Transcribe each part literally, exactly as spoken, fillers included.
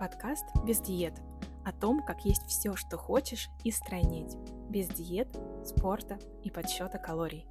Подкаст «Без диет» о том, как есть все, что хочешь, и стройнеть. Без диет, спорта и подсчета калорий.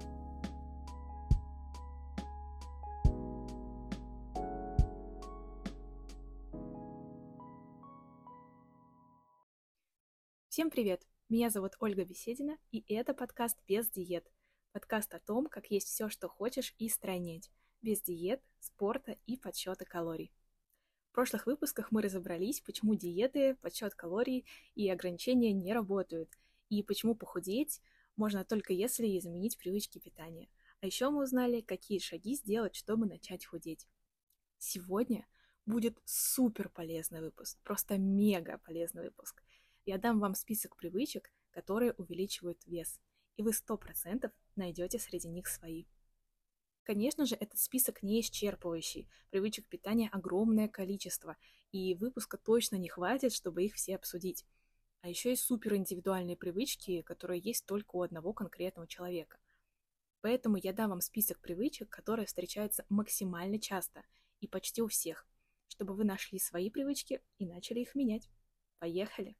Всем привет! Меня зовут Ольга Беседина, и это подкаст «Без диет». Подкаст о том, как есть все, что хочешь, и стройнеть. Без диет, спорта и подсчета калорий. В прошлых выпусках мы разобрались, почему диеты, подсчет калорий и ограничения не работают, и почему похудеть можно только если изменить привычки питания. А еще мы узнали, какие шаги сделать, чтобы начать худеть. Сегодня будет супер полезный выпуск, просто мега полезный выпуск. Я дам вам список привычек, которые увеличивают вес, и вы сто процентов найдете среди них свои. Конечно же, этот список не исчерпывающий, привычек питания огромное количество, и выпуска точно не хватит, чтобы их все обсудить. А еще есть супер индивидуальные привычки, которые есть только у одного конкретного человека. Поэтому я дам вам список привычек, которые встречаются максимально часто и почти у всех, чтобы вы нашли свои привычки и начали их менять. Поехали!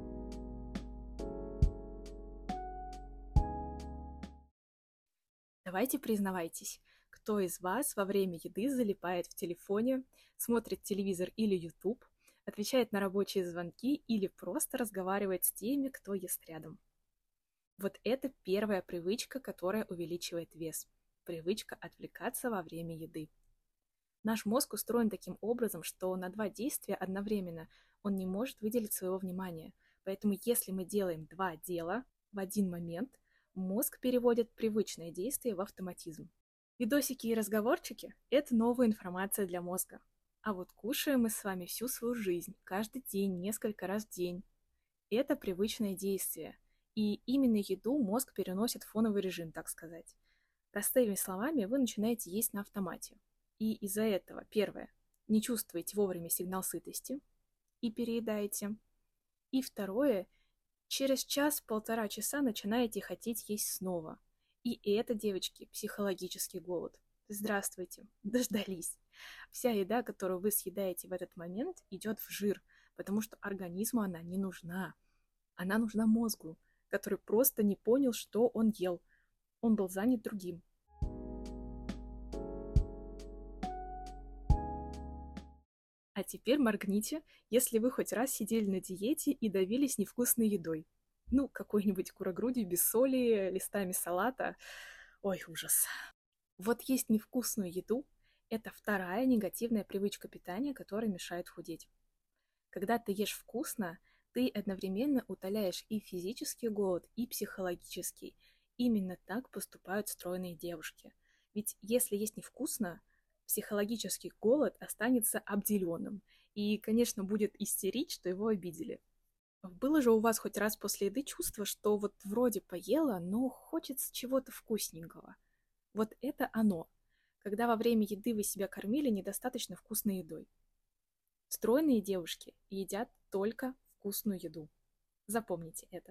Давайте признавайтесь, кто из вас во время еды залипает в телефоне, смотрит телевизор или YouTube, отвечает на рабочие звонки или просто разговаривает с теми, кто ест рядом. Вот это первая привычка, которая увеличивает вес. Привычка отвлекаться во время еды. Наш мозг устроен таким образом, что на два действия одновременно он не может выделить своего внимания. Поэтому если мы делаем два дела в один момент, мозг переводит привычное действие в автоматизм. Видосики и разговорчики – это новая информация для мозга. А вот кушаем мы с вами всю свою жизнь, каждый день, несколько раз в день. Это привычное действие. И именно еду мозг переносит в фоновый режим, так сказать. Простыми словами, вы начинаете есть на автомате. И из-за этого, первое, не чувствуете вовремя сигнал сытости и переедаете. И второе, через час-полтора часа начинаете хотеть есть снова. И это, девочки, психологический голод. Здравствуйте, дождались. Вся еда, которую вы съедаете в этот момент, идет в жир, потому что организму она не нужна. Она нужна мозгу, который просто не понял, что он ел. Он был занят другим. А теперь моргните, если вы хоть раз сидели на диете и давились невкусной едой. Ну, какой-нибудь курогрудью без соли, листами салата. Ой, ужас. Вот есть невкусную еду – это вторая негативная привычка питания, которая мешает худеть. Когда ты ешь вкусно, ты одновременно утоляешь и физический голод, и психологический. Именно так поступают стройные девушки. Ведь если есть невкусно, психологический голод останется обделенным. И, конечно, будет истерить, что его обидели. Было же у вас хоть раз после еды чувство, что вот вроде поела, но хочется чего-то вкусненького? Вот это оно, когда во время еды вы себя кормили недостаточно вкусной едой. Стройные девушки едят только вкусную еду. Запомните это.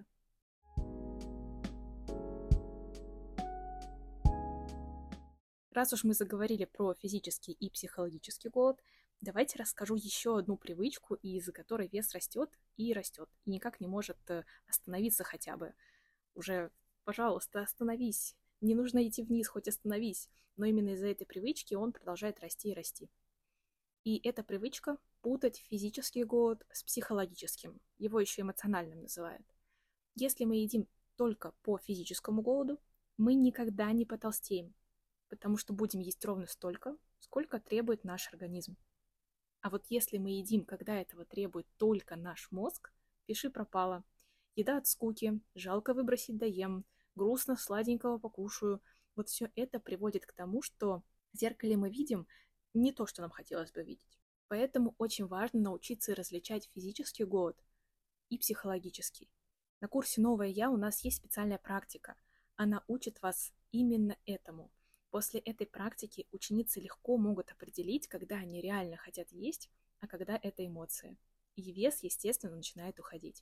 Раз уж мы заговорили про физический и психологический голод, давайте расскажу еще одну привычку, из-за которой вес растет и растет, и никак не может остановиться хотя бы. Уже, пожалуйста, остановись. Не нужно идти вниз, хоть остановись. Но именно из-за этой привычки он продолжает расти и расти. И эта привычка – путать физический голод с психологическим. Его еще эмоциональным называют. Если мы едим только по физическому голоду, мы никогда не потолстеем, потому что будем есть ровно столько, сколько требует наш организм. А вот если мы едим, когда этого требует только наш мозг, пиши пропало. Еда от скуки, жалко выбросить доем, грустно сладенького покушаю. Вот все это приводит к тому, что в зеркале мы видим не то, что нам хотелось бы видеть. Поэтому очень важно научиться различать физический голод и психологический. На курсе «Новое я» у нас есть специальная практика. Она учит вас именно этому. После этой практики ученицы легко могут определить, когда они реально хотят есть, а когда это эмоции. И вес, естественно, начинает уходить.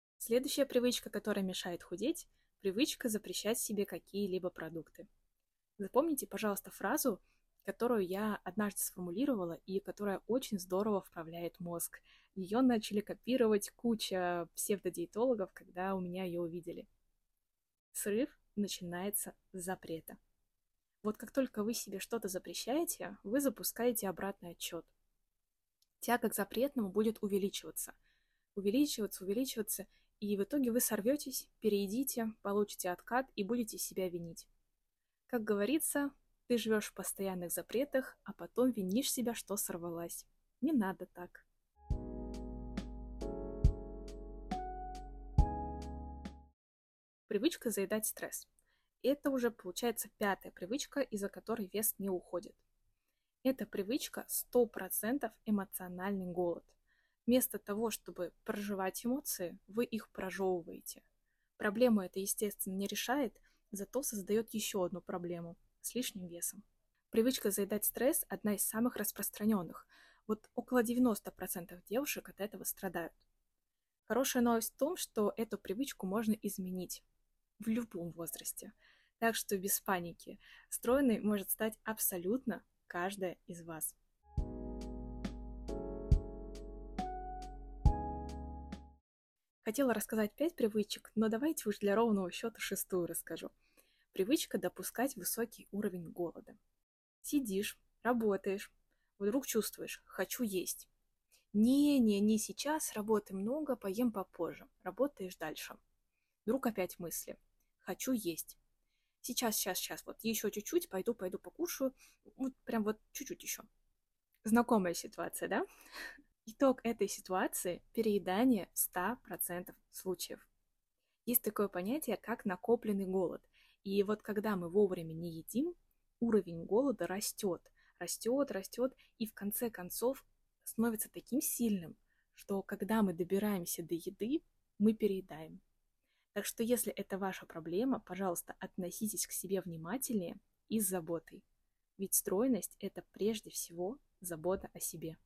Следующая привычка, которая мешает худеть – привычка запрещать себе какие-либо продукты. Запомните, пожалуйста, фразу, которую я однажды сформулировала и которая очень здорово вправляет мозг. Ее начали копировать куча псевдодиетологов, когда у меня ее увидели. Срыв начинается с запрета. Вот как только вы себе что-то запрещаете, вы запускаете обратный отчет. Тяга к запретному будет увеличиваться. Увеличиваться, увеличиваться, и в итоге вы сорветесь, переедите, получите откат и будете себя винить. Как говорится, ты живешь в постоянных запретах, а потом винишь себя, что сорвалась. Не надо так. Привычка заедать стресс. Это уже получается пятая привычка, из-за которой вес не уходит. Эта привычка сто процентов эмоциональный голод. Вместо того, чтобы проживать эмоции, вы их прожевываете. Проблему это, естественно, не решает, зато создает еще одну проблему с лишним весом. Привычка заедать стресс – одна из самых распространенных. Вот около девяносто процентов девушек от этого страдают. Хорошая новость в том, что эту привычку можно изменить в любом возрасте. Так что без паники. Стройной может стать абсолютно каждая из вас. Хотела рассказать пять привычек, но давайте уж для ровного счета шестую расскажу. Привычка допускать высокий уровень голода. Сидишь, работаешь, вдруг чувствуешь «хочу есть». Не-не, не сейчас, работы много, поем попозже. Работаешь дальше. Вдруг опять мысли «хочу есть». Сейчас, сейчас, сейчас, вот еще чуть-чуть, пойду, пойду покушаю. Вот прям вот чуть-чуть еще. Знакомая ситуация, да? Итог этой ситуации – переедание в ста процентах случаев. Есть такое понятие, как накопленный голод. И вот когда мы вовремя не едим, уровень голода растет, растет, растет, и в конце концов становится таким сильным, что когда мы добираемся до еды, мы переедаем. Так что если это ваша проблема, пожалуйста, относитесь к себе внимательнее и с заботой. Ведь стройность – это прежде всего забота о себе.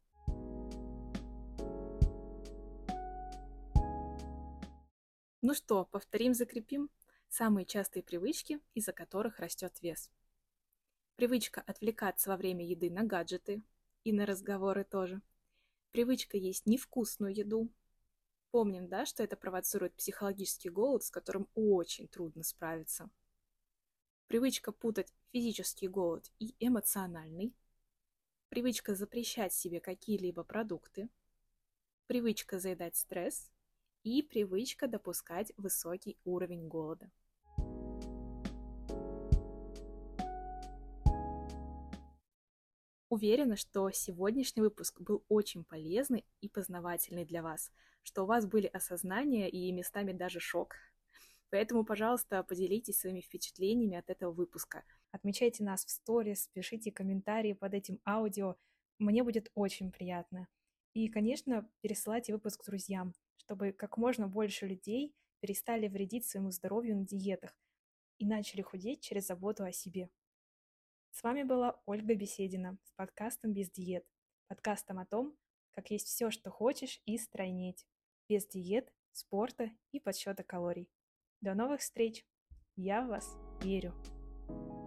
Ну что, повторим, закрепим? Самые частые привычки, из-за которых растет вес. Привычка отвлекаться во время еды на гаджеты и на разговоры тоже. Привычка есть невкусную еду. Помним, да, что это провоцирует психологический голод, с которым очень трудно справиться. Привычка путать физический голод и эмоциональный. Привычка запрещать себе какие-либо продукты. Привычка заедать стресс. И привычка допускать высокий уровень голода. Уверена, что сегодняшний выпуск был очень полезный и познавательный для вас, что у вас были осознания и местами даже шок. Поэтому, пожалуйста, поделитесь своими впечатлениями от этого выпуска. Отмечайте нас в сторис, пишите комментарии под этим аудио. Мне будет очень приятно. И, конечно, пересылайте выпуск друзьям, чтобы как можно больше людей перестали вредить своему здоровью на диетах и начали худеть через заботу о себе. С вами была Ольга Беседина с подкастом «Без диет». Подкастом о том, как есть все, что хочешь, и стройнеть. Без диет, спорта и подсчета калорий. До новых встреч! Я в вас верю!